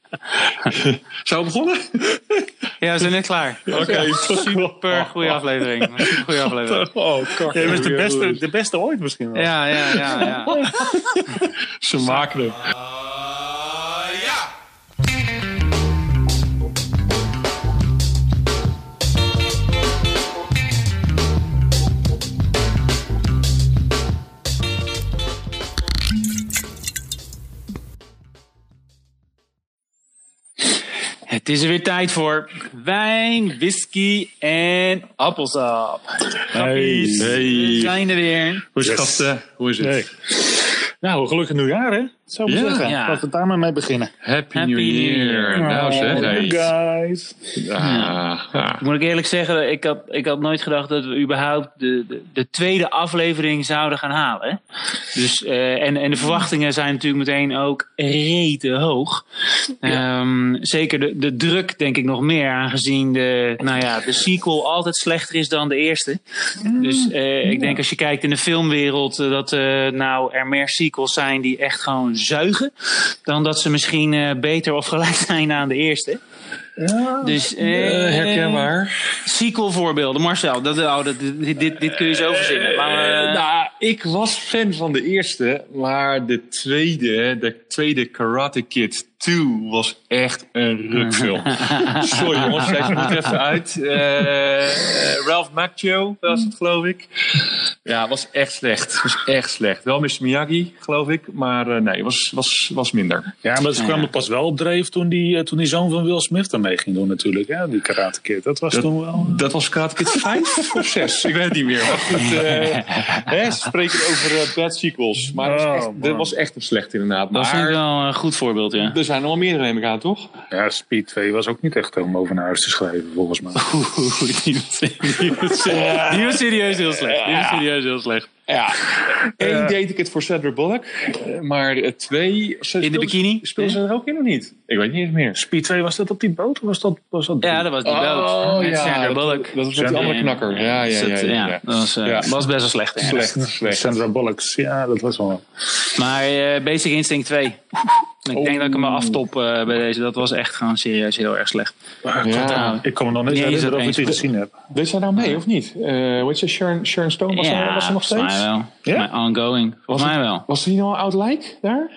Zijn we begonnen? Ja, we zijn net klaar. Oké, super goede aflevering. Goede aflevering. Jij bent de beste ooit misschien wel. Ja. Ze maken hem. Het is er weer tijd voor wijn, whisky en appelsap. Grappies, we zijn er weer. Hoe is het, gasten? Hoe is het? Nee. Nou, gelukkig nieuwjaar, hè? Zou ik zeggen. Ja. Laten we daar maar mee beginnen. Happy New Year. Nou zeg. Hey guys. Moet ik eerlijk zeggen, ik had nooit gedacht dat we überhaupt de tweede aflevering zouden gaan halen. Hè? Dus, en de verwachtingen zijn natuurlijk meteen ook rete hoog. Zeker de druk denk ik nog meer, aangezien de sequel altijd slechter is dan de eerste. Dus ik denk als je kijkt in de filmwereld dat er meer sequels zijn die echt gewoon zuigen, dan dat ze misschien beter of gelijk zijn aan de eerste. Ja, dus herkenbaar. Sequel voorbeelden, Marcel, dit kun je zo verzinnen. Nou, ik was fan van de eerste, maar de tweede Karate Kid 2 was echt een rukfilm. Sorry jongens, schrijf me er even uit. Ralph Macchio was het, geloof ik. Ja, was echt slecht. Wel Mr. Miyagi, geloof ik, maar nee, was minder. Ja, maar ze kwamen pas wel op dreef toen die zoon van Will Smith ermee ging doen natuurlijk, hè? Die Karate Kid. Dat was toen wel... Dat was Karate Kid 5 of 6, ik weet het niet meer. Maar goed, ze spreken over bad sequels, maar dat was echt een slecht inderdaad. Dat vind ik wel een goed voorbeeld, ja. Er zijn er wel meerdere, neem ik aan, toch? Ja, Speed 2 was ook niet echt om over naar huis te schrijven, volgens mij. Die was serieus heel slecht. Ja. Eén deed ik het voor Sandra Bullock, maar 2... In de bikini? Speelden ze er ook in of niet? Ik weet niet eens meer. Speed 2, was dat op die boot? Of was dat ja, dat was die boot. Met Sandra Bullock. Dat was met die andere knakker. Ja. Dat was best wel slecht. Slecht. Sandra Bullock, ja, dat was wel... Maar Basic Instinct 2... Ik denk dat ik hem wel aftop bij deze. Dat was echt gewoon serieus heel erg slecht. Ik kom er nog niet herinneren of ik die gezien heb. Deed zij nou mee of niet? Weet je, Sharon Stone was er nog steeds? Volgens mij wel. Ja? Ongoing. Volgens mij wel. Was er niet al een oud lijk daar?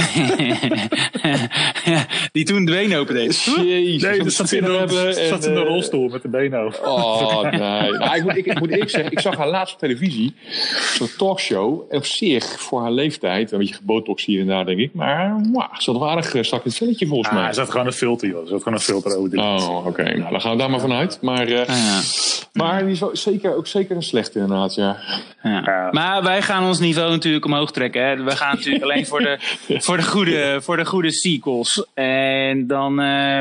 Die toen de benen open deed. Jezus. Nee, dat zat in de rolstoel met de benen over. Oh, nee. Nou, ik moet eerlijk zeggen, ik zag haar laatst op televisie. Zo'n talkshow. En op zich, voor haar leeftijd, een beetje gebotox hier en daar, denk ik. Maar ze had een aardig strak in het velletje volgens mij. Hij zat gewoon een filter, joh. Ze had gewoon een filter over. Oh, oké. Nou, dan gaan we daar maar vanuit. Maar die is ook zeker een slechte inderdaad, ja. Maar wij gaan ons niveau natuurlijk omhoog trekken. Hè. We gaan natuurlijk alleen voor de goede sequels. En dan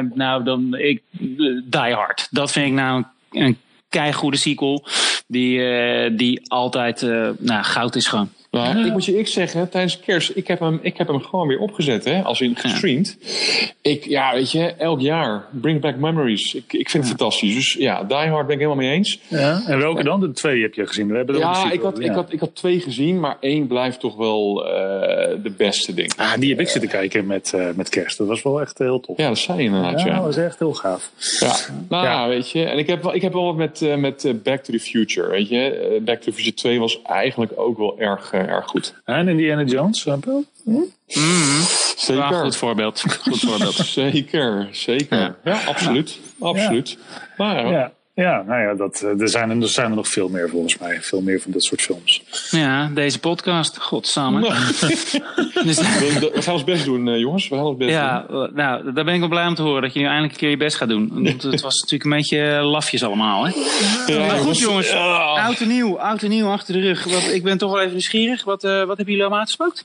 Die Hard. Dat vind ik nou een keigoede sequel. Die altijd goud is gewoon. Nou, ik moet je eerlijk zeggen, tijdens kerst, ik heb hem gewoon weer opgezet, hè, als in gestreamd. Weet je, elk jaar, bring back memories. Ik vind het fantastisch. Dus ja, Die Hard ben ik helemaal mee eens. Ja, en welke dan? De 2 heb je gezien. We hebben ik had 2 gezien, maar 1 blijft toch wel de beste ding. Die heb ik zitten kijken met kerst. Dat was wel echt heel tof. Ja, dat zei je inderdaad, ja. Dat was echt heel gaaf. Ja, weet je. En ik heb wel wat met Back to the Future, weet je. Back to the Future 2 was eigenlijk ook wel erg goed. En Indiana Jones? Zeker. Goed voorbeeld. Zeker. Ja, absoluut. Maar, er zijn er nog veel meer volgens mij. Veel meer van dit soort films. Ja, deze podcast. Godsamme. We gaan ons best doen, jongens. We gaan ons best doen. Nou, daar ben ik wel blij om te horen. Dat je nu eindelijk een keer je best gaat doen. Want het was natuurlijk een beetje lafjes allemaal. Hè? Maar goed, jongens. Oud en nieuw achter de rug. Ik ben toch wel even nieuwsgierig. Wat hebben jullie allemaal uitgespookt?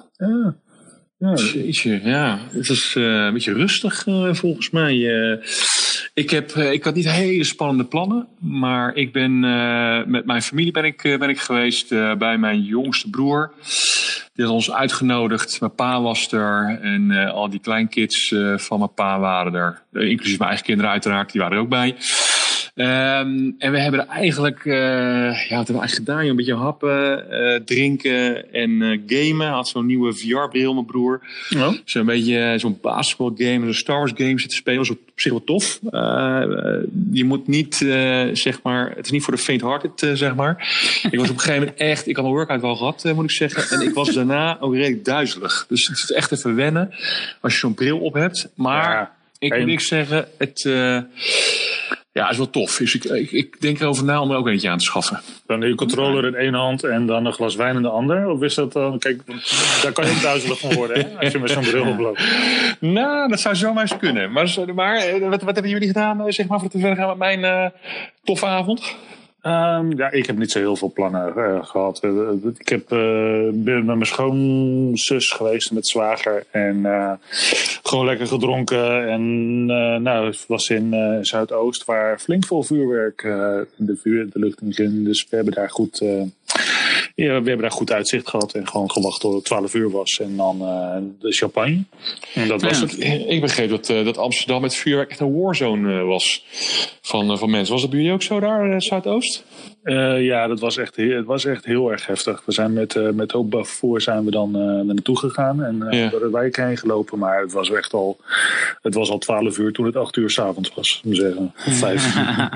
Jeetje, ja. Het is een beetje rustig volgens mij. Ik had niet hele spannende plannen, maar ik ben met mijn familie ben ik geweest bij mijn jongste broer. Die had ons uitgenodigd. Mijn pa was er en al die kleinkids van mijn pa waren er. Inclusief mijn eigen kinderen uiteraard, die waren er ook bij. En we hebben er eigenlijk, wat hebben we eigenlijk gedaan? Een beetje happen, drinken en gamen. Had zo'n nieuwe VR-bril, mijn broer. Oh. Zo'n beetje zo'n basketbalgame, zo'n Star Wars game zitten spelen. Dat was op zich wel tof. Je moet niet, zeg maar, het is niet voor de faint-hearted, zeg maar. Ik was op een gegeven moment echt, ik had een workout wel gehad, moet ik zeggen. En ik was daarna ook redelijk duizelig. Dus het is echt even wennen als je zo'n bril op hebt. Maar ik moet zeggen, het is wel tof. Dus ik denk erover na om er ook eentje aan te schaffen. Dan je controller in één hand en dan een glas wijn in de ander? Of is dat dan... Kijk, daar kan je ook duizelig van worden, hè? Als je met zo'n bril oploopt. Nou, dat zou zomaar eens kunnen. Maar wat hebben jullie gedaan, zeg maar, voor te verder gaan met mijn toffe avond? Ik heb niet zo heel veel plannen gehad. Ik ben met mijn schoonzus geweest met zwager. En gewoon lekker gedronken. En het was in Zuidoost waar flink veel vuurwerk de lucht in ging. Dus we hebben daar goed... we hebben daar goed uitzicht gehad en gewoon gewacht tot het 12 uur was. En dan de champagne. En dat was het. Ik begreep dat Amsterdam met vuurwerk echt een warzone was van mensen. Was dat bij jullie ook zo daar, Zuidoost? Het was echt heel erg heftig. We zijn met hoop Bafour zijn we dan naartoe gegaan en door de wijk heen gelopen. Maar het was echt al 12 uur toen het 8 uur 's avonds was. Om te zeggen, 5 uur.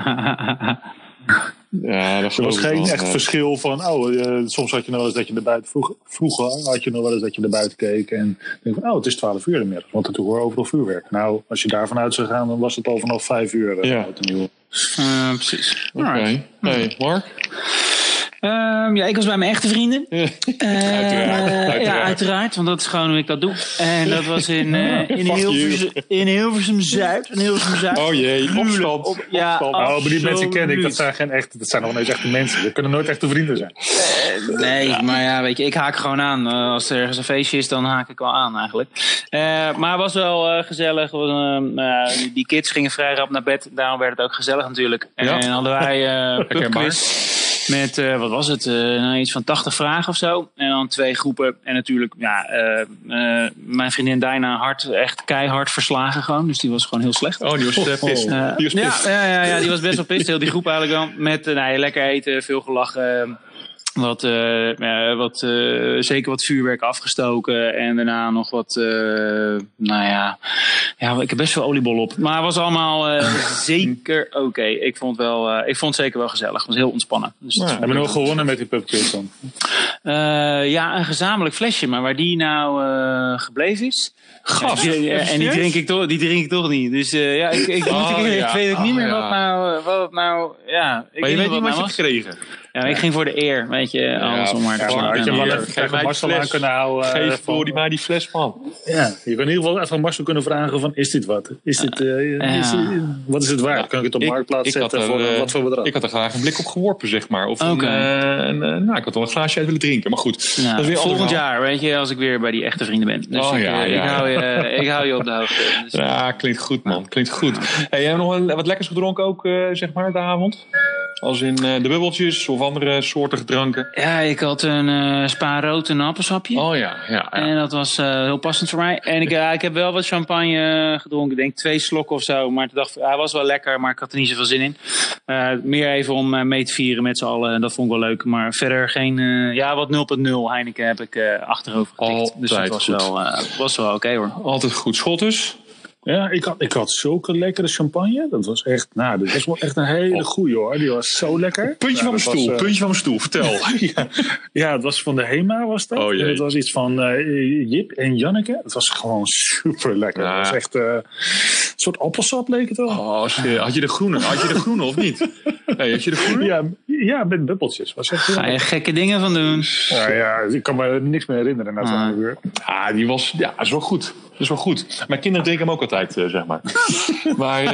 Ja, er was geen echt verschil van, soms had je nog wel eens dat je naar buiten, vroeger had je nog wel eens dat je naar buiten keek en denk van, het is 12 uur inmiddels, want er hoor overal vuurwerk. Nou, als je daarvan uit zou gaan, dan was het al vanaf 5 uur. Precies. Oké. Hey, Mark? Ik was bij mijn echte vrienden. Uiteraard. Ja, uiteraard, want dat is gewoon hoe ik dat doe. En dat was in Hilversum Zuid. Oh jee, opstand. Maar die mensen ken ik, dat zijn nog nooit echte mensen. Dat kunnen nooit echte vrienden zijn. Nee, maar ja, weet je, ik haak gewoon aan. Als er ergens een feestje is, dan haak ik wel aan eigenlijk. Maar het was wel gezellig. Die kids gingen vrij rap naar bed. Daarom werd het ook gezellig natuurlijk. En hadden wij pubquiz. Met, wat was het, iets van 80 vragen of zo. En dan 2 groepen. En natuurlijk, mijn vriendin Dijna echt keihard verslagen gewoon. Dus die was gewoon heel slecht. Oh, die was pist. Ja, die was best wel pist. Heel die groep eigenlijk wel. Met lekker eten, veel gelachen. Zeker wat vuurwerk afgestoken. En daarna nog wat, ik heb best veel oliebol op. Maar het was allemaal zeker oké. Ik vond het zeker wel gezellig. Het was heel ontspannen. Dus hebben we nog gewonnen met die pubquiz dan? Een gezamenlijk flesje. Maar waar die nou gebleven is... Gast. En die drink ik toch niet. Dus ik weet ook niet meer wat nou... Ja, maar je weet niet wat je hebt gekregen. Ja, ik ging voor de eer, weet je, alles om maar te slaan. Had je wel even Marcel aan kunnen houden. Geef voor die fles, man. Ja, je kan in ieder geval even Marcel kunnen vragen van, is dit wat? Wat is het waard? Kan ik het op Marktplaats zetten voor wat voor bedrag? Ik had er graag een blik op geworpen, zeg maar. Of ik had wel een glaasje uit willen drinken, maar goed. Nou, dat is weer volgend jaar, weet je, als ik weer bij die echte vrienden ben. Dus ik hou je op de hoogte. Dus. Ja, klinkt goed, man. Klinkt goed. Hey, jij hebt nog wat lekkers gedronken ook, zeg maar, de avond? Als in de bubbeltjes of andere soorten dranken? Ja, ik had een Spa rood en een appelsapje. Oh ja. En dat was heel passend voor mij. En ik heb wel wat champagne gedronken. Ik denk 2 slokken of zo. Maar toen dacht ik, hij was wel lekker, maar ik had er niet zoveel zin in. Meer even om mee te vieren met z'n allen. En dat vond ik wel leuk. Maar verder geen... wat 0.0 Heineken heb ik achterover getikt. Altijd dus dat was wel oké hoor. Altijd goed. Schotters? Ja, ik had zulke lekkere champagne. Dat was echt, dat was wel echt een hele goeie hoor. Die was zo lekker. Puntje van mijn stoel, vertel. Ja, het was van de Hema was dat. Oh, en het was iets van Jip en Janneke. Het was gewoon super lekker. Het was echt een soort appelsap leek het wel. Oh shit. Had je de groene of niet? Hey, had je de groene? Ja, met bubbeltjes. Was echt ga je gekke dingen van doen? Ja, ik kan me niks meer herinneren na zo'n uur. Die was, dat is wel goed. Dat is wel goed. Mijn kinderen drinken hem ook altijd, zeg maar. Maar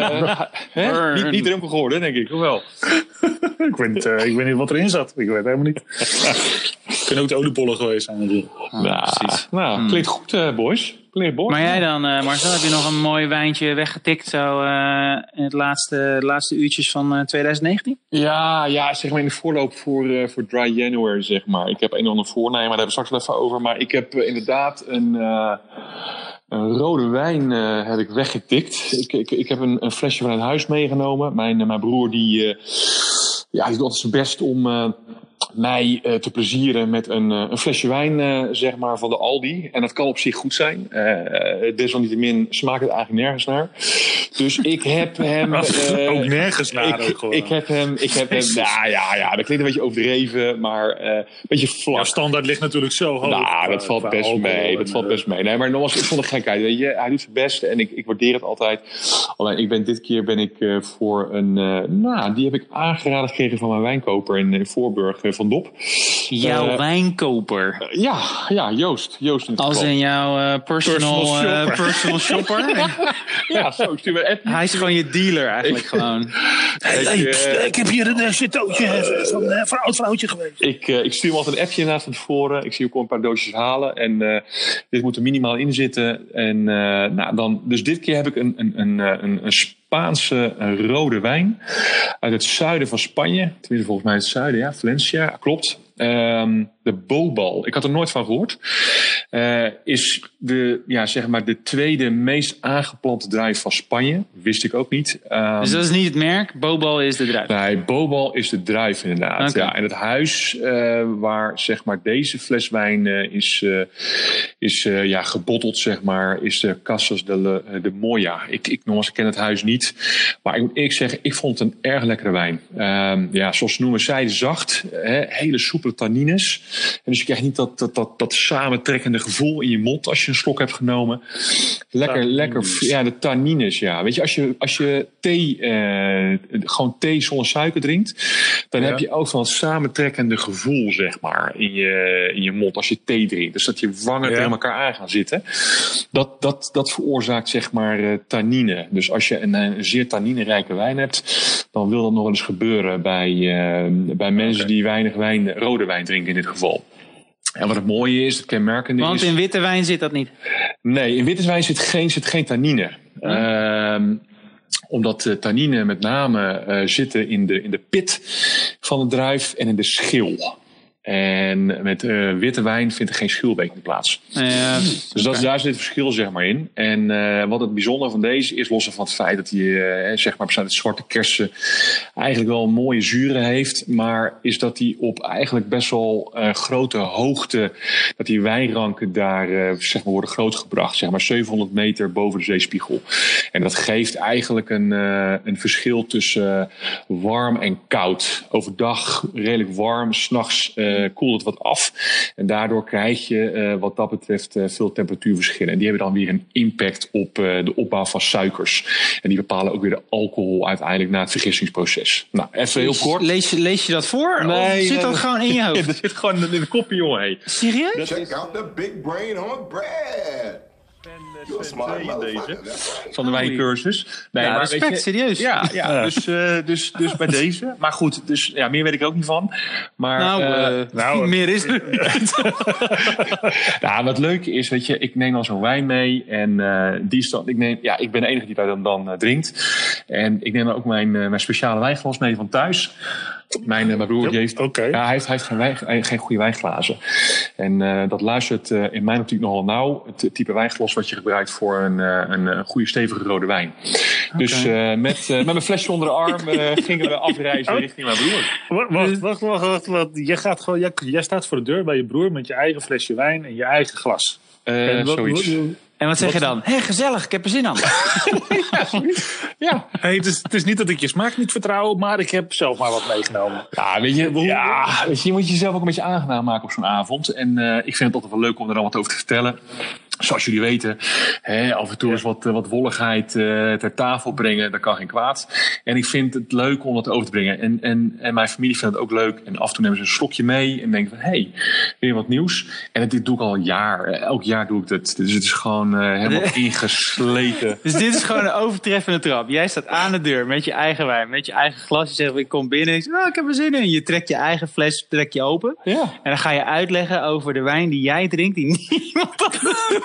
niet dronken geworden, denk ik. Hoewel. Ik weet niet wat erin zat. Ik weet helemaal niet. Kunnen ook de oliebollen geweest zijn natuurlijk. Precies. Nou, klinkt goed, boys. Maar jij dan, Marcel, heb je nog een mooi wijntje weggetikt zo in het laatste uurtjes van 2019? Ja, zeg maar in de voorloop voor Dry January, zeg maar. Ik heb een of ander voornemen, daar hebben we straks wel even over. Maar ik heb inderdaad Een rode wijn heb ik weggetikt. Ik heb een flesje vanuit huis meegenomen. Mijn broer die doet altijd zijn best om mij te plezieren met een flesje wijn, zeg maar, van de Aldi. En dat kan op zich goed zijn. Desalniettemin smaakt het eigenlijk nergens naar. Dus ik heb hem... ook nergens naar. Ik heb hem... Nou ja, dat klinkt een beetje overdreven, maar een beetje vlak. Ja, standaard ligt natuurlijk zo hoog. Nou, dat valt best mee. Dat valt best mee. Nee, maar nogmaals, ik vond het gekheid. Weet je, hij doet zijn best en ik waardeer het altijd. Alleen dit keer ben ik voor een... die heb ik aangeraden gekregen van mijn wijnkoper in Voorburg van Dop. Jouw wijnkoper? Ja, Joost. Als in jouw personal shopper? Ja, zo. Ik stuur me een appje. Hij is gewoon je dealer eigenlijk gewoon. Ik heb hier een citootje van een oud vrouwtje geweest. Ik stuur hem altijd een appje naast van tevoren. Ik zie ook al een paar doosjes halen. En dit moet er minimaal in zitten. En dus dit keer heb ik een Spaanse rode wijn uit het zuiden van Spanje. Tenminste, volgens mij het zuiden, ja. Valencia, klopt. De Bobal. Ik had er nooit van gehoord. Is de tweede meest aangeplante druif van Spanje. Wist ik ook niet. Dus dat is niet het merk? Bobal is de druif? Nee, Bobal is de druif inderdaad. Okay. Ja, en het huis waar zeg maar deze fles wijn is gebotteld, zeg maar, is de Casas de Moya. Ik ken het huis niet. Maar ik moet eerlijk zeggen, ik vond het een erg lekkere wijn. Zoals ze noemen, zijdezacht. Hele soepele tannines. En dus je krijgt niet dat samentrekkende gevoel in je mond als je een slok hebt genomen. Lekker. Ja, de tannines, ja. Weet je, als je thee, gewoon thee zonder suiker drinkt, dan heb je ook van het samentrekkende gevoel, zeg maar, in je mond als je thee drinkt. Dus dat je wangen tegen elkaar aan gaan zitten. Dat veroorzaakt, zeg maar, tannine. Dus als je een zeer tanninerijke wijn hebt, dan wil dat nog wel eens gebeuren bij mensen die weinig rode wijn drinken in dit geval. En wat het mooie is, het kenmerkende is... Want in witte wijn zit dat niet? Nee, in witte wijn zit geen tannine. Omdat tannine met name zitten in de pit van de druif en in de schil. En met witte wijn vindt er geen schilbeking plaats. Dus daar zit het verschil, zeg maar, in. En wat het bijzondere van deze is, los van het feit dat hij zeg maar uit zwarte kersen eigenlijk wel een mooie zuren heeft, maar is dat hij op eigenlijk best wel grote hoogte, dat die wijnranken daar zeg maar worden grootgebracht, zeg maar 700 meter boven de zeespiegel. En dat geeft eigenlijk een verschil tussen warm en koud. Overdag redelijk warm, 's nachts koelt het wat af. En daardoor krijg je wat dat betreft veel temperatuurverschillen. En die hebben dan weer een impact op de opbouw van suikers. En die bepalen ook weer de alcohol uiteindelijk na het vergistingsproces. Nou, even heel kort. Lees je dat voor? Nee, of zit dat gewoon in je hoofd? Dat zit gewoon in de kopje, jongen. Hey. Serieus? Check out the big brain on bread. Deze van de wijncursus. Nee, ja, maar respect, weet je, serieus. Ja. Dus bij deze. Maar goed, dus ja, meer weet ik ook niet van. Maar meer is er. Nou, wat leuk is, weet je, ik neem dan zo'n wijn mee en ik ben de enige die daar dan drinkt. En ik neem dan ook mijn speciale wijnglas mee van thuis. Mijn broer die heeft, hij heeft geen goede wijnglazen. En dat luistert in mijn optiek nogal nauw. Het type wijnglas wat je gebruikt voor een goede stevige rode wijn. Okay. Dus met mijn flesje onder de arm gingen we afreizen richting mijn broer. Wacht. Jij staat voor de deur bij je broer met je eigen flesje wijn en je eigen glas. Zoiets. En wat zeg je dan? Hé, gezellig, ik heb er zin aan. Ja. Hey, het is niet dat ik je smaak niet vertrouw, maar ik heb zelf maar wat meegenomen. Ja, weet je, je moet jezelf ook een beetje aangenaam maken op zo'n avond. En ik vind het altijd wel leuk om er dan wat over te vertellen. Zoals jullie weten, af en toe eens wat wolligheid ter tafel brengen, dat kan geen kwaad. En ik vind het leuk om dat over te brengen. En mijn familie vindt het ook leuk. En af en toe nemen ze een slokje mee en denken van, weer wat nieuws. En dit doe ik al een jaar. Elk jaar doe ik dit. Dus het is gewoon helemaal ingesleten. Dus dit is gewoon een overtreffende trap. Jij staat aan de deur met je eigen wijn, met je eigen glas. Je zegt, ik kom binnen. Ik zeg, ik heb er zin in. Je trekt je eigen fles open. Ja. En dan ga je uitleggen over de wijn die jij drinkt, die niemand anders doet.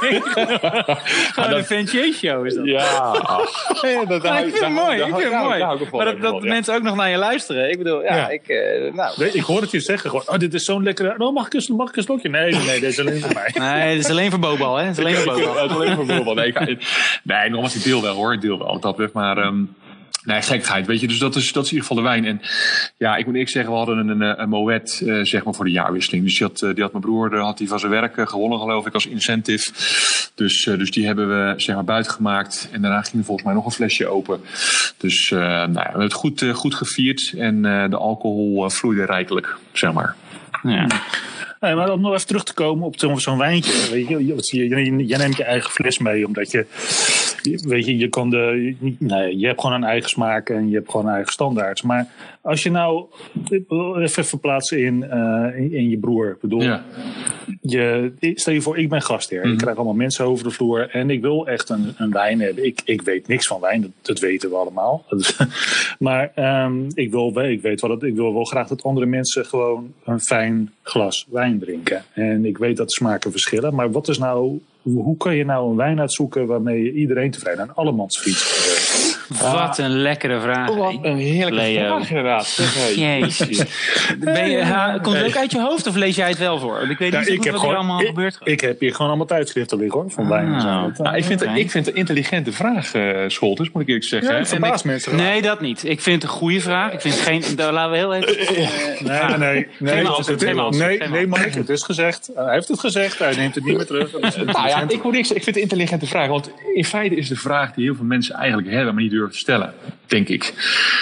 Gewoon een Ventier-show is dat. Ja. Maar ik vind het mooi. Maar dat mensen ook nog naar je luisteren. Ik bedoel, Ik hoor het je zeggen gewoon. Dit is zo'n lekkere... mag ik een slokje? Nee, dit is alleen voor mij. Nee, dit is alleen voor Bobal, hè? Het is alleen voor Bobal. Nee, nogmaals, ik deel wel hoor. Ik deel wel wat dat betreft, maar... Nee, gekheid, weet je. Dus dat is in ieder geval de wijn. En ja, ik moet eerlijk zeggen, we hadden een Moet, zeg maar, voor de jaarwisseling. Dus die had mijn broer had die van zijn werk gewonnen, geloof ik, als incentive. Dus die hebben we, zeg maar, buiten gemaakt. En daarna ging er volgens mij nog een flesje open. Dus we hebben het goed gevierd. En de alcohol vloeide rijkelijk, zeg maar. Ja. Nee, maar om nog even terug te komen op zo'n wijntje. Weet je neemt je eigen fles mee, omdat je... Weet je, je hebt gewoon een eigen smaak en je hebt gewoon een eigen standaards. Maar als je nou even verplaatsen in je broer. Ik bedoel, stel je voor, ik ben gastheer. Ik krijg allemaal mensen over de vloer en ik wil echt een wijn hebben. Ik weet niks van wijn, dat weten we allemaal. Maar ik wil wel graag dat andere mensen gewoon een fijn glas wijn drinken. En ik weet dat de smaken verschillen. Maar wat is nou... Hoe kan je nou een wijn uitzoeken waarmee je iedereen tevreden en allemans friet? Wat een lekkere vraag. Wat een heerlijke vraag inderdaad. Jezus. Komt het ook uit je hoofd of lees jij het wel voor? Want ik weet niet zo goed wat hier allemaal gebeurt. Ik heb hier gewoon allemaal tijdschriften liggen hoor, van wijn en zo. Ik vind het een intelligente vraag, Scholters, moet ik eerlijk zeggen. Ja, het verbaast mensen. Nee, dat niet. Ik vind het een goede vraag. Ik vind geen... Daar laten we heel even... Nee, Mike, het is gezegd. Hij heeft het gezegd, hij neemt het niet meer terug. Ik vind het een intelligente vraag. Want in feite is de vraag die heel veel mensen eigenlijk hebben, maar niet durven te stellen, denk ik.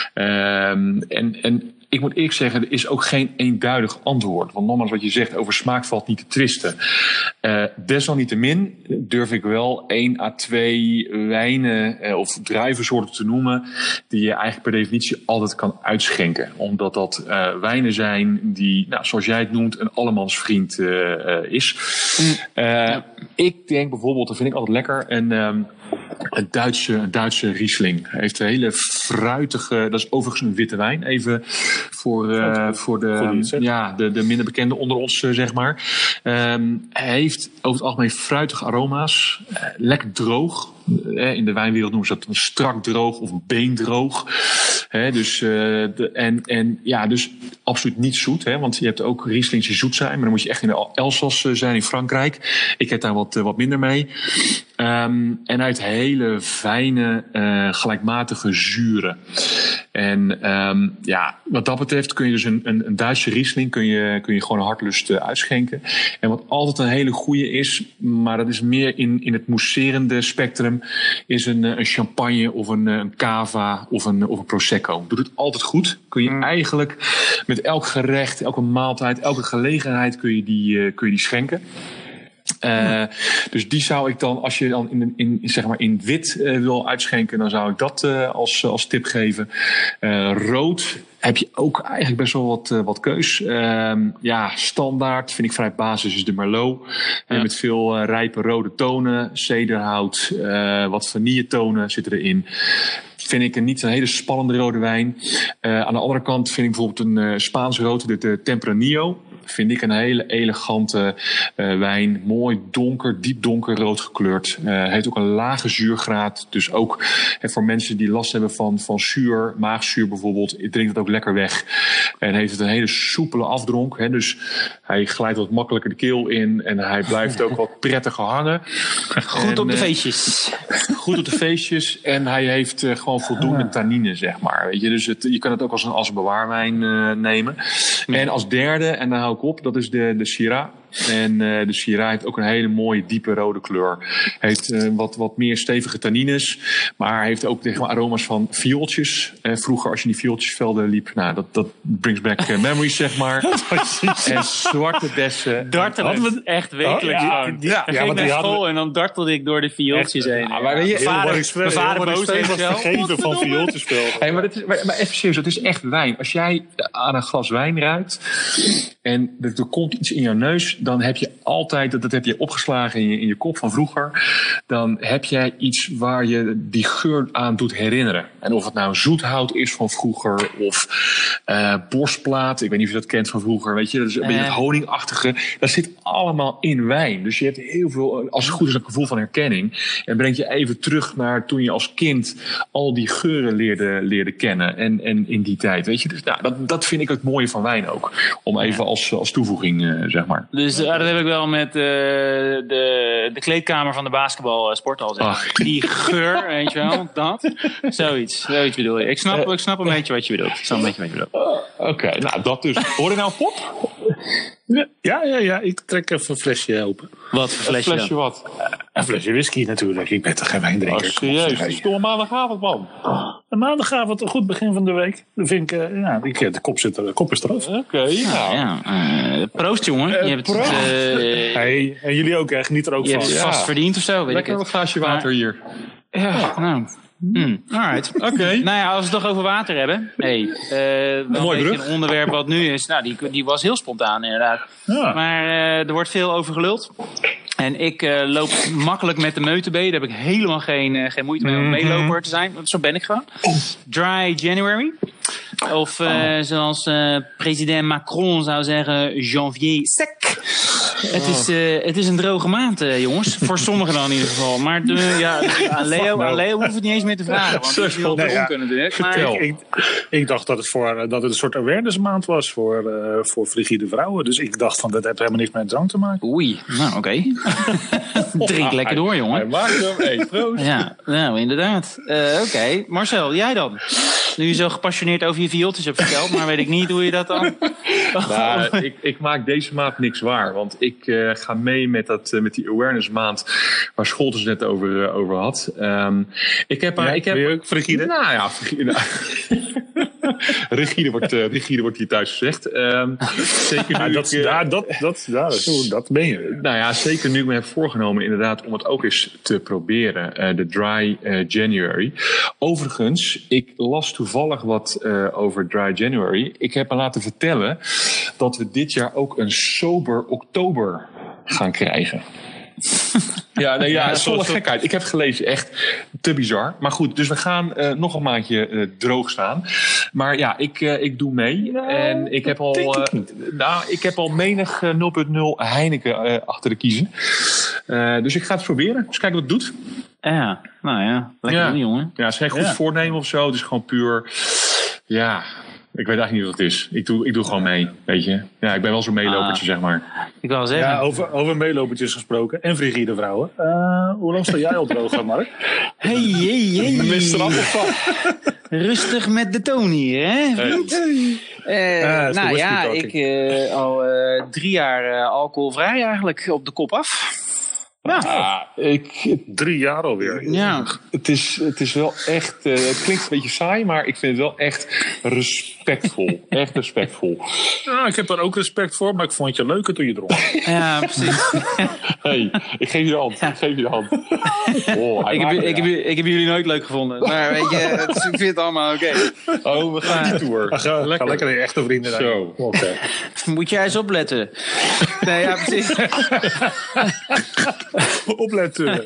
En ik moet eerlijk zeggen, er is ook geen eenduidig antwoord. Want nogmaals, wat je zegt over smaak valt niet te twisten. Desalniettemin durf ik wel 1 à 2 wijnen of druivensoorten te noemen die je eigenlijk per definitie altijd kan uitschenken. Omdat dat wijnen zijn die, zoals jij het noemt, een allemansvriend is. Ik denk bijvoorbeeld, dat vind ik altijd lekker, een Duitse Riesling. Hij heeft een hele fruitige, dat is overigens een witte wijn. Even voor de minder bekende onder ons, zeg maar. Hij heeft over het algemeen fruitige aroma's. Lekker droog. In de wijnwereld noemen ze dat strak droog of beendroog. Dus absoluut niet zoet. Want je hebt ook Rieslings die zoet zijn. Maar dan moet je echt in de Elsass zijn in Frankrijk. Ik heb daar wat minder mee. En hij heeft hele fijne, gelijkmatige zuren. En wat dat betreft kun je dus een Duitse Riesling kun je gewoon een hartlust uitschenken. En wat altijd een hele goede is, maar dat is meer in het mousserende spectrum, is een champagne of een cava of een prosecco. Doet het altijd goed. Kun je eigenlijk met elk gerecht, elke maaltijd, elke gelegenheid kun je die schenken. Dus die zou ik dan, als je dan in wit wil uitschenken, dan zou ik dat als tip geven. Rood heb je ook eigenlijk best wel wat keus. Standaard vind ik vrij basis is de Merlot. Met veel rijpe rode tonen, cederhout, wat vanilletonen zitten erin. Vind ik niet een hele spannende rode wijn. Aan de andere kant vind ik bijvoorbeeld een Spaans rood, de Tempranillo. Vind ik een hele elegante wijn. Mooi donker, diep donkerrood gekleurd. Heeft ook een lage zuurgraad. Dus ook voor mensen die last hebben van zuur, maagzuur bijvoorbeeld, drinkt het ook lekker weg. En heeft het een hele soepele afdronk. Dus hij glijdt wat makkelijker de keel in. En hij blijft ook wat prettiger hangen. Goed op de feestjes. Goed op de feestjes. En hij heeft gewoon voldoende tannine, zeg maar. Weet je? Dus je kan het ook als een bewaarwijn nemen. En als derde, en dan hou ik op, dat is de Syrah. En de Syrah heeft ook een hele mooie diepe rode kleur. Heeft wat meer stevige tannines. Maar heeft ook aroma's van viooltjes. Vroeger als je in die viooltjesvelden liep. Dat brings back memories, zeg maar. En zwarte bessen. Dartelen. Echt wekelijks. Ik naar school en dan dartelde ik door de viooltjes heen. Mijn vader boos vergeten van viooltjesvelden. Maar even serieus, het is echt wijn. Als jij aan een glas wijn ruikt en er komt iets in jouw neus, dan heb je altijd, dat heb je opgeslagen in je kop van vroeger. Dan heb jij iets waar je die geur aan doet herinneren. En of het nou zoethout is van vroeger of borstplaat. Ik weet niet of je dat kent van vroeger. Weet je, dat is een beetje het honingachtige. Dat zit allemaal in wijn. Dus je hebt heel veel, als het goed is, een gevoel van herkenning. En brengt je even terug naar toen je als kind al die geuren leerde kennen. En in die tijd, weet je. Dus dat vind ik het mooie van wijn ook. Om even als toevoeging, zeg maar. Dus dat heb ik wel met de kleedkamer van de basketbalsporthal. Die geur, weet je wel, dat. Zoiets bedoel je. Ik snap een beetje wat je bedoelt. Oké, nou dat dus. Hoor je nou Pop? Ja, ik trek even een flesje open. Wat voor flesje? Een flesje wat? Een flesje whisky natuurlijk. Ik ben toch geen wijndrinker. Oh, serieus? Het is toch een maandagavond, man. Een maandagavond, een goed begin van de week. Dan vind ik, de kop is eraf. Oké, proost, jongen. Je hebt proost. Hey, en jullie ook, echt niet er ook je van. hebt het vast verdiend of zo. Lekker een glaasje water hier. Ja, nou... Alright. Oké. Nou ja, als we het toch over water hebben. mooi brug. Een onderwerp wat nu is. Nou, die was heel spontaan inderdaad. Ja. Maar er wordt veel over geluld. En ik loop makkelijk met de meute mee. Daar heb ik helemaal geen moeite mee om meeloper te zijn. Want zo ben ik gewoon. Dry January. Of zoals president Macron zou zeggen, janvier sec. Het is een droge maand, jongens. Voor sommigen dan in ieder geval. Maar aan Leo hoeft het niet eens meer te vragen. Want die is heel dronken natuurlijk. Maar Ik dacht dat het een soort awareness maand was voor frigide vrouwen. Dus ik dacht van, dat heeft helemaal niks met drank te maken. Oei, nou oké. Drink lekker door, jongen. Hij maakt hem. Hey, proost. Ja, nou inderdaad. Oké. Marcel, jij dan? Nu je zo gepassioneerd over je viooltjes hebt verteld, maar weet ik niet hoe je dat dan... Nou, ik maak deze maand niks waar. Want ik ga mee met die awareness maand waar Scholtes net over had. Ik heb ben je ook frigide? Nou ja, frigide. Rigide wordt hier thuis gezegd. Zeker nu dat ben je. Nou ja, zeker nu ik me heb voorgenomen inderdaad om het ook eens te proberen. De Dry January. Overigens, ik las toevallig wat over Dry January. Ik heb me laten vertellen dat we dit jaar ook een sober oktober gaan krijgen. Zonder gekheid. Ik heb geklezen, echt te bizar. Maar goed, dus we gaan nog een maandje droog staan. Maar ja, ik doe mee. En ik heb al menig 0.0 Heineken achter de kiezen. Dus ik ga het proberen. Dus kijken wat het doet. Ja, nou ja. Lekker doen, jongen. Ja, het is geen goed voornemen of zo. Het is gewoon puur... Ja... Ik weet eigenlijk niet wat het is. Ik doe gewoon mee, weet je. Ja, ik ben wel zo'n meelopertje, zeg maar. Ik wil zeggen. Ja, over meelopertjes gesproken en frigide vrouwen. Hoe lang sta jij al droog, Mark? Hey. Mr. Appelvan. Rustig met de toon hier, hè, vriend? Nou ja, ik al 3 jaar alcoholvrij eigenlijk op de kop af. Ja, 3 jaar alweer. Ja. Het is wel echt... het klinkt een beetje saai, maar ik vind het wel echt respectvol. Echt respectvol. Ja, ik heb er ook respect voor, maar ik vond je leuker toen je dronk. Ja, precies. Hey, ik geef je de hand. Oh, ik heb jullie nooit leuk gevonden. Maar weet je, ik vind het allemaal oké. Oh, we gaan die tour. Ga lekker de echte vrienden zijn. Zo. Okay. Moet jij eens opletten. Nee, ja, precies. Opletten.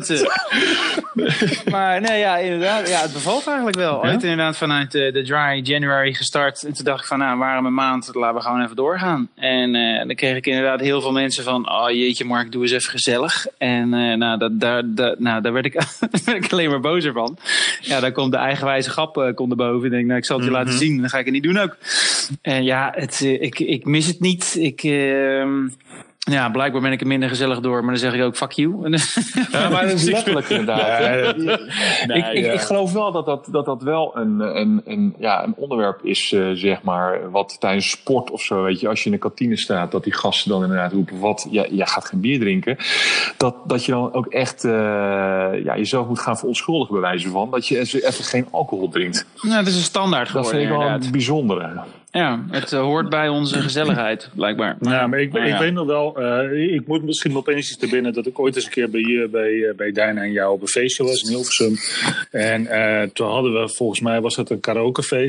Maar nee, ja, inderdaad. Ja, het bevalt eigenlijk wel. Ooit inderdaad vanuit de Dry January gestart. En toen dacht ik van, nou, waarom een maand? Laten we gewoon even doorgaan. En dan kreeg ik inderdaad heel veel mensen van, oh jeetje Mark, doe eens even gezellig. En daar werd ik alleen maar bozer van. Ja, daar komt de eigenwijze grap erboven. Ik denk, nou, ik zal het je laten zien. Dan ga ik het niet doen ook. En ja, ik mis het niet. Ja, blijkbaar ben ik er minder gezellig door, maar dan zeg ik ook fuck you. Ja, maar dat is letterlijk inderdaad. Ik geloof wel dat wel een onderwerp is, zeg maar, wat tijdens sport of zo, weet je, als je in de kantine staat, dat die gasten dan inderdaad roepen, wat, jij gaat geen bier drinken. Dat je dan ook echt jezelf moet gaan verontschuldigen bij wijze van, dat je even geen alcohol drinkt. Nou, dat is een standaard geworden. Dat vind ik wel inderdaad. een bijzondere. Ja, het hoort bij onze gezelligheid, blijkbaar. Ja, maar ik weet nog wel, ik moet misschien opeens iets te binnen dat ik ooit eens een keer bij Dijna en jou op een feestje was in Hilversum. En toen hadden we, volgens mij was het een karaokefeest.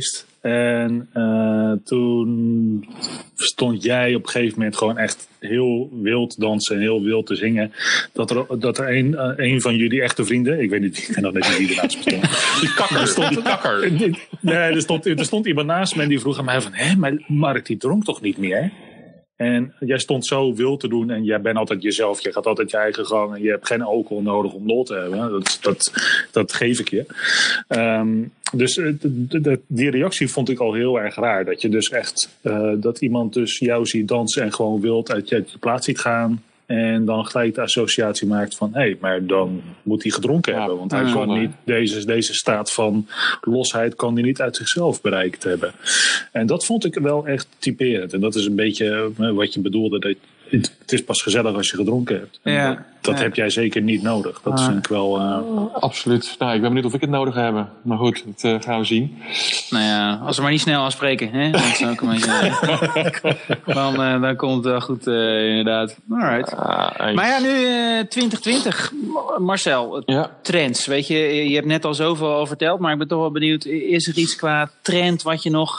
En toen stond jij op een gegeven moment gewoon echt heel wild dansen en heel wild te zingen. Dat er een van jullie echte vrienden, ik weet niet, ik ken nog net wie ernaast bestond. Die kakker. Nee, er stond iemand naast me en die vroeg aan mij van, maar Mark die dronk toch niet meer? En jij stond zo wild te doen en jij bent altijd jezelf. Je gaat altijd je eigen gang en je hebt geen alcohol nodig om lol te hebben. Dat geef ik je. Dus die reactie vond ik al heel erg raar. Dat je dus echt, dat iemand dus jou ziet dansen en gewoon wild uit je plaats ziet gaan. En dan gelijk de associatie maakt van, maar dan moet hij gedronken hebben. Want hij kan niet, deze staat van losheid kan hij niet uit zichzelf bereikt hebben. En dat vond ik wel echt typerend. En dat is een beetje wat je bedoelde. Dat het is pas gezellig als je gedronken hebt. En dat heb jij zeker niet nodig. Dat vind ik wel... Absoluut. Nou, ik ben benieuwd of ik het nodig heb. Maar goed, dat gaan we zien. Nou ja, als we maar niet snel afspreken. Hè? Dat is ook een beetje, dan komt het wel goed, inderdaad. Alright. Maar ja, nu 2020. Marcel, trends. Weet je, je hebt net al zoveel al verteld. Maar ik ben toch wel benieuwd. Is er iets qua trend wat je nog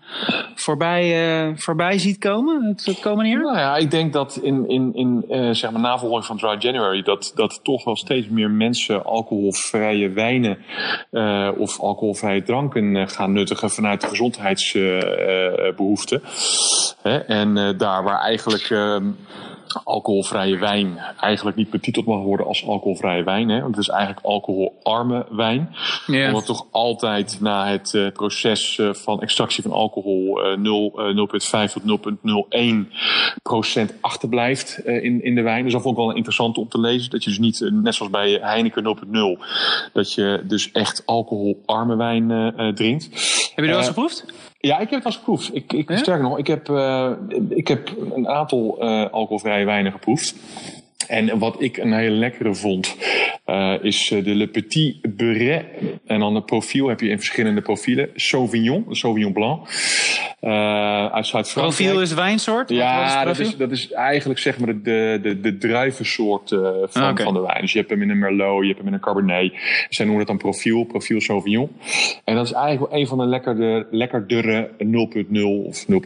voorbij ziet komen? Het komende jaar? Nou ja, ik denk dat in zeg maar navolging van Dry January dat toch wel steeds meer mensen alcoholvrije wijnen of alcoholvrije dranken gaan nuttigen vanuit de gezondheidsbehoeften. En daar waar eigenlijk alcoholvrije wijn eigenlijk niet betiteld mag worden als alcoholvrije wijn. Hè? Want het is eigenlijk alcoholarme wijn. Yeah. Omdat toch altijd na het proces van extractie van alcohol 0,5 tot 0,01% achterblijft in de wijn. Dus dat vond ik wel interessant om te lezen. Dat je dus niet, net zoals bij Heineken 0,0, dat je dus echt alcoholarme wijn drinkt. Heb je er wel eens geproefd? Ja, ik heb het wel eens geproefd. Sterker nog, ik heb een aantal alcoholvrije wijnen geproefd. En wat ik een hele lekkere vond, is de Le Petit Beret. En dan het profiel heb je in verschillende profielen. Sauvignon Blanc. Uit Zuid-Frankrijk. Profiel is wijnsoort? Ja, dat is eigenlijk zeg maar de druivensoort van de wijn. Dus je hebt hem in een Merlot, je hebt hem in een Cabernet. Zij noemen het dan profiel Sauvignon. En dat is eigenlijk wel een van de lekkerdere 0,0 of 0,5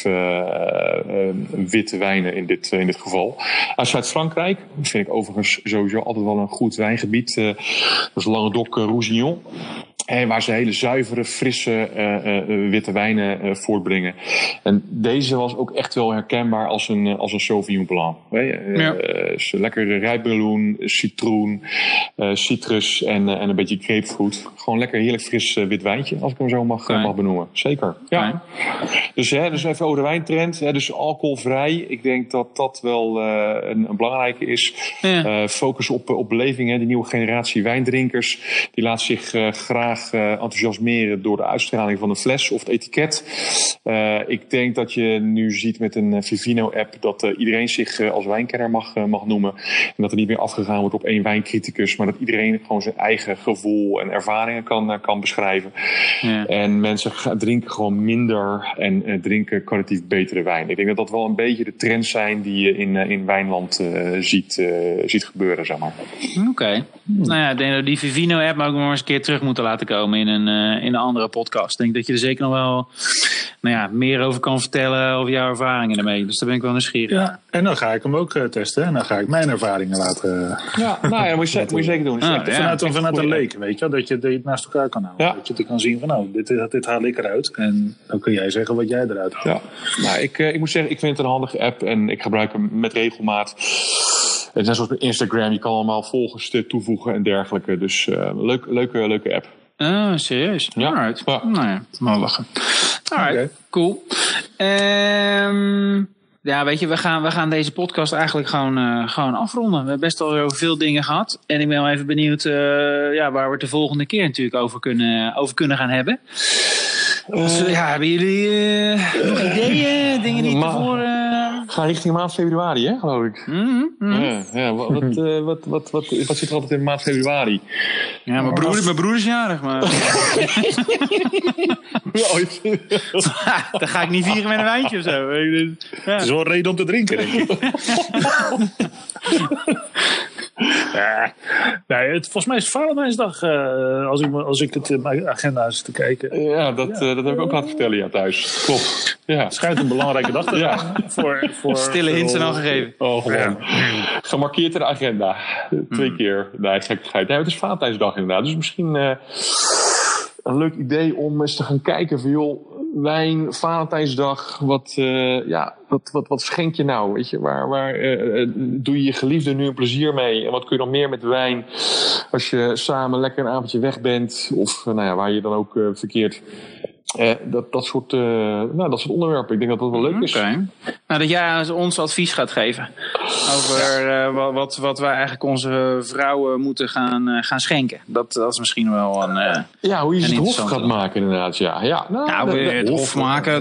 witte wijnen in dit geval. Uit Zuid-Frankrijk. Dat vind ik overigens sowieso altijd wel een goed wijngebied. Dat is Languedoc-Roussillon. En waar ze hele zuivere, frisse witte wijnen voortbrengen. En deze was ook echt wel herkenbaar als een Sauvignon Blanc. Lekker rijpmeloen, citroen, citrus en een beetje grapefruit. Gewoon lekker heerlijk fris wit wijntje, als ik hem zo mag benoemen. Zeker. Ja. Dus even over de wijntrend. Dus alcoholvrij. Ik denk dat dat wel een belangrijke is. Ja. Focus op beleving. Die nieuwe generatie wijndrinkers. Die laat zich graag enthousiasmeren door de uitstraling van een fles of het etiket. Ik denk dat je nu ziet met een Vivino-app dat iedereen zich als wijnkenner mag noemen. En dat er niet meer afgegaan wordt op één wijncriticus, maar dat iedereen gewoon zijn eigen gevoel en ervaringen kan beschrijven. Ja. En mensen drinken gewoon minder en drinken kwalitatief betere wijn. Ik denk dat dat wel een beetje de trends zijn die je in Wijnland ziet gebeuren, zeg maar. Oké. Nou ja, ik denk dat die Vivino-app ook nog eens een keer terug moeten laten komen in een andere podcast. Ik denk dat je er zeker nog wel meer over kan vertellen over jouw ervaringen ermee. Dus daar ben ik wel nieuwsgierig. Ja, en dan ga ik hem ook testen. En dan ga ik mijn ervaringen laten... Ja, moet je zeker doen. Vanuit een leek, weet je. Dat je het naast elkaar kan houden. Ja. Dat je kan zien van dit haal ik eruit. En dan kun jij zeggen wat jij eruit haalt. Ja. Ik moet zeggen, ik vind het een handige app. En ik gebruik hem met regelmaat. Het is net zoals bij Instagram. Je kan allemaal volgers toevoegen en dergelijke. Dus leuke app. Serieus? Ja. Alright. Ja. Nou ja, maar lachen. Alright, okay. Cool. Ja, weet je, we gaan deze podcast eigenlijk gewoon afronden. We hebben best al over veel dingen gehad. En ik ben wel even benieuwd waar we het de volgende keer natuurlijk over kunnen gaan hebben. Hebben jullie nog ideeën? Dingen die tevoren... Ga richting maand februari, hè, geloof ik. Wat zit er altijd in maand februari? Ja, mijn broer is jarig, maar... Dan ga ik niet vieren met een wijntje of zo. Het is wel een reden om te drinken, denk ik. Nee, volgens mij is het Valentijnsdag, als ik het in mijn agenda zit te kijken. Ja, dat heb ik ook laten vertellen thuis. Klopt. Ja. Het schijnt een belangrijke dag te zijn. Voor Stille hints zijn al gegeven. Oh, gewoon. Gemarkeerd in de agenda. 2 keer. Nee, gekkigheid. Nee, het is Valentijnsdag inderdaad. Dus misschien een leuk idee om eens te gaan kijken van joh, wijn, Valentijnsdag, wat schenk je nou? Weet je, waar doe je je geliefde nu een plezier mee? En wat kun je dan meer met wijn als je samen lekker een avondje weg bent? Of waar je dan ook verkeert. Dat soort onderwerpen. Ik denk dat dat wel leuk is. Okay. Nou, dat jij ons advies gaat geven over wat wij eigenlijk onze vrouwen moeten gaan schenken. Dat is misschien wel een hoe je het hof interessante gaat maken inderdaad. Ja. Het hof maken.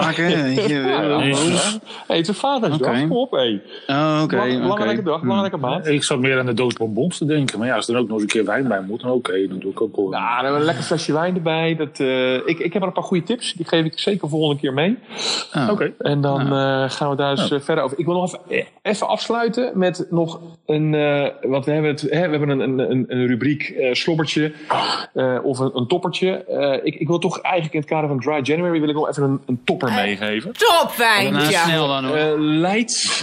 Het is een vadersdag. Kom op, belangrijke dag, belangrijke maand. Ik zat meer aan de doos bonbons te denken. Maar ja, als er ook nog eens een keer wijn bij moet, dan dan doe ik ook wel. Dan hebben we een lekker flesje wijn erbij. Ik heb er een paar goede tips. Die geef ik zeker volgende keer mee. Oké. En dan gaan we daar eens verder over. Ik wil nog even afsluiten met nog een... want we hebben een rubriek slobbertje of een toppertje. Ik wil toch eigenlijk in het kader van Dry January wil ik nog even een topper meegeven. Topwijntje! Snel dan hoor. Leids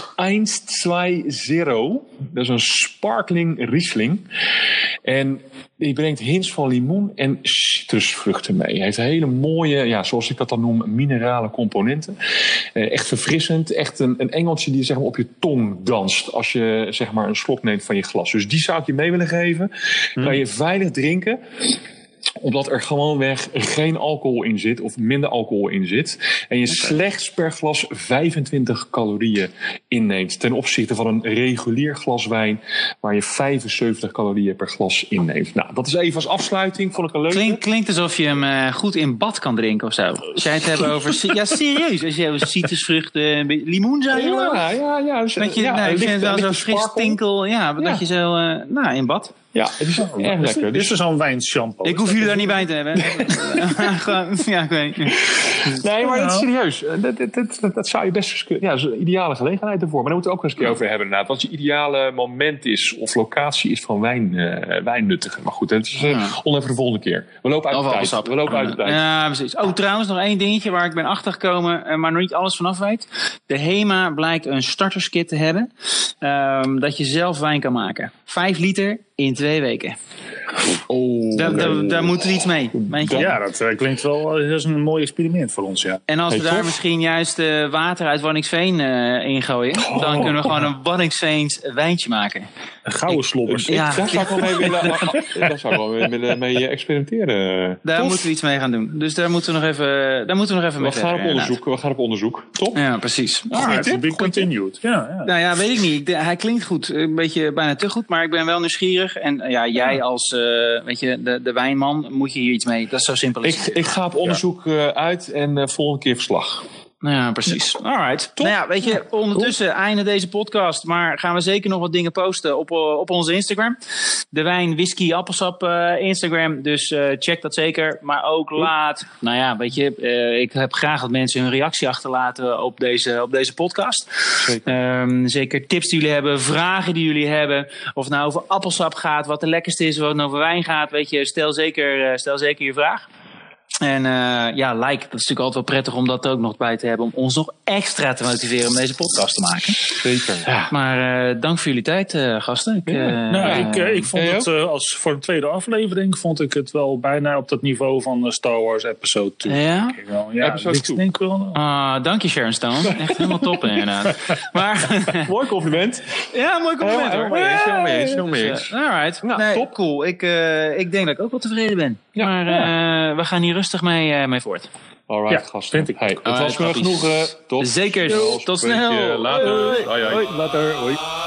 120. Dat is een sparkling Riesling. En die brengt hints van limoen en citrusvruchten mee. Hij heeft hele mooie, zoals ik dat dan noem, minerale componenten. Echt verfrissend. Echt een engeltje die zeg maar op je tong danst als je zeg maar een slok neemt van je glas. Dus die zou ik je mee willen geven. Kan je veilig drinken. Omdat er gewoonweg geen alcohol in zit of minder alcohol in zit. En je slechts per glas 25 calorieën inneemt. Ten opzichte van een regulier glas wijn waar je 75 calorieën per glas inneemt. Nou, dat is even als afsluiting. Vond ik een leuke. Klinkt alsof je hem goed in bad kan drinken of zo. Als jij het hebt over... Ja, serieus. Als je over citrusvruchten, limoen zou je Ja. Dus, dat je, ik vind het wel zo fris tinkel. Ja, dat je zo in bad. Ja, het is erg lekker. Dit is zo'n wijnshampoo. Ik hoef jullie daar niet bij te hebben. Ik weet niet. Nee, maar dat is serieus. Dat zou je best eens kunnen. Ja, dat is een ideale gelegenheid ervoor. Maar daar moeten we ook eens een keer over hebben inderdaad. Wat je ideale moment is of locatie is van wijnnuttigen. Maar goed, dat is onder voor de volgende keer. We lopen uit de tijd. Ja, precies. Oh, trouwens nog één dingetje waar ik ben achtergekomen, maar nog niet alles vanaf weet. De HEMA blijkt een starterskit te hebben. Dat je zelf wijn kan maken. 5 liter in 2 weken. Daar moeten we iets mee. Ja, dat klinkt wel. Dat is een mooi experiment voor ons, ja. En als we daar misschien juist water uit Waddinxveen in gooien, dan kunnen we gewoon een Waddinxveens wijntje maken. Een gouden slobbers. Daar zou ik wel mee willen experimenteren. Daar moeten we iets mee gaan doen. Dus daar moeten we nog even mee verder. We gaan op onderzoek. Top? Ja, precies. To be continued. Ja. Nou ja, weet ik niet. Hij klinkt goed. Een beetje bijna te goed, maar ik ben wel nieuwsgierig. En jij als de wijnman, moet je hier iets mee. Dat is zo simpel. Ik ga op onderzoek uit en volgende keer verslag. Ja, precies. Alright. Top. Nou ja, weet je, ondertussen einde deze podcast. Maar gaan we zeker nog wat dingen posten op onze Instagram. De Wijn, Whisky, Appelsap Instagram. Dus check dat zeker. Maar ook laat, ik heb graag dat mensen hun reactie achterlaten op deze podcast. Zeker. Zeker tips die jullie hebben, vragen die jullie hebben. Of het nou over appelsap gaat, wat de lekkerste is, wat het over wijn gaat. Weet je, stel zeker je vraag. En like, dat is natuurlijk altijd wel prettig om dat ook nog bij te hebben. Om ons nog extra te motiveren om deze podcast te maken. Zeker. Ja. Maar dank voor jullie tijd, gasten. Ik vond het als voor de tweede aflevering vond ik het wel bijna op dat niveau van Star Wars Episode 2. Ja? Episode 2. Denk ik wel. Dank je, Sharon Stone. Echt helemaal top inderdaad. Maar, mooi compliment. Ja, mooi compliment hoor. Helemaal eens. Alright. Nou, top. Cool. Ik denk dat ik ook wel tevreden ben. Ja. Maar we gaan hier rustig mee voort. Alright, gasten. Vind ik. Het was genoeg. Zeker. Tot snel. Later. Later. Hoi.